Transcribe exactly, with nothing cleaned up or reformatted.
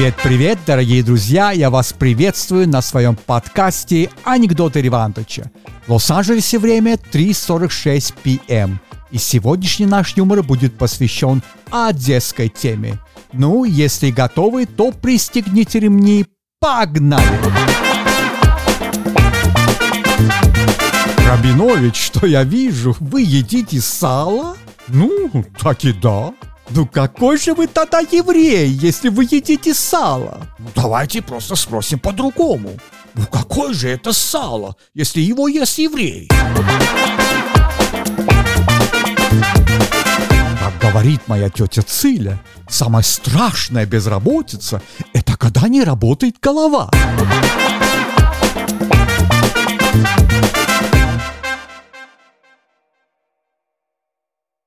Привет-привет, дорогие друзья! Я вас приветствую на своем подкасте «Анекдоты Ревантовича». В Лос-Анджелесе время три сорок шесть пи эм. И сегодняшний наш юмор будет посвящен одесской теме. Ну, если готовы, то пристегните ремни. Погнали! Рабинович, что я вижу? Вы едите сало? Ну, так и да. Ну какой же вы тогда еврей, если вы едите сало? Ну давайте просто спросим по-другому. Ну какое же это сало, если его ест еврей? Как говорит моя тетя Циля, самая страшная безработица – это когда не работает голова.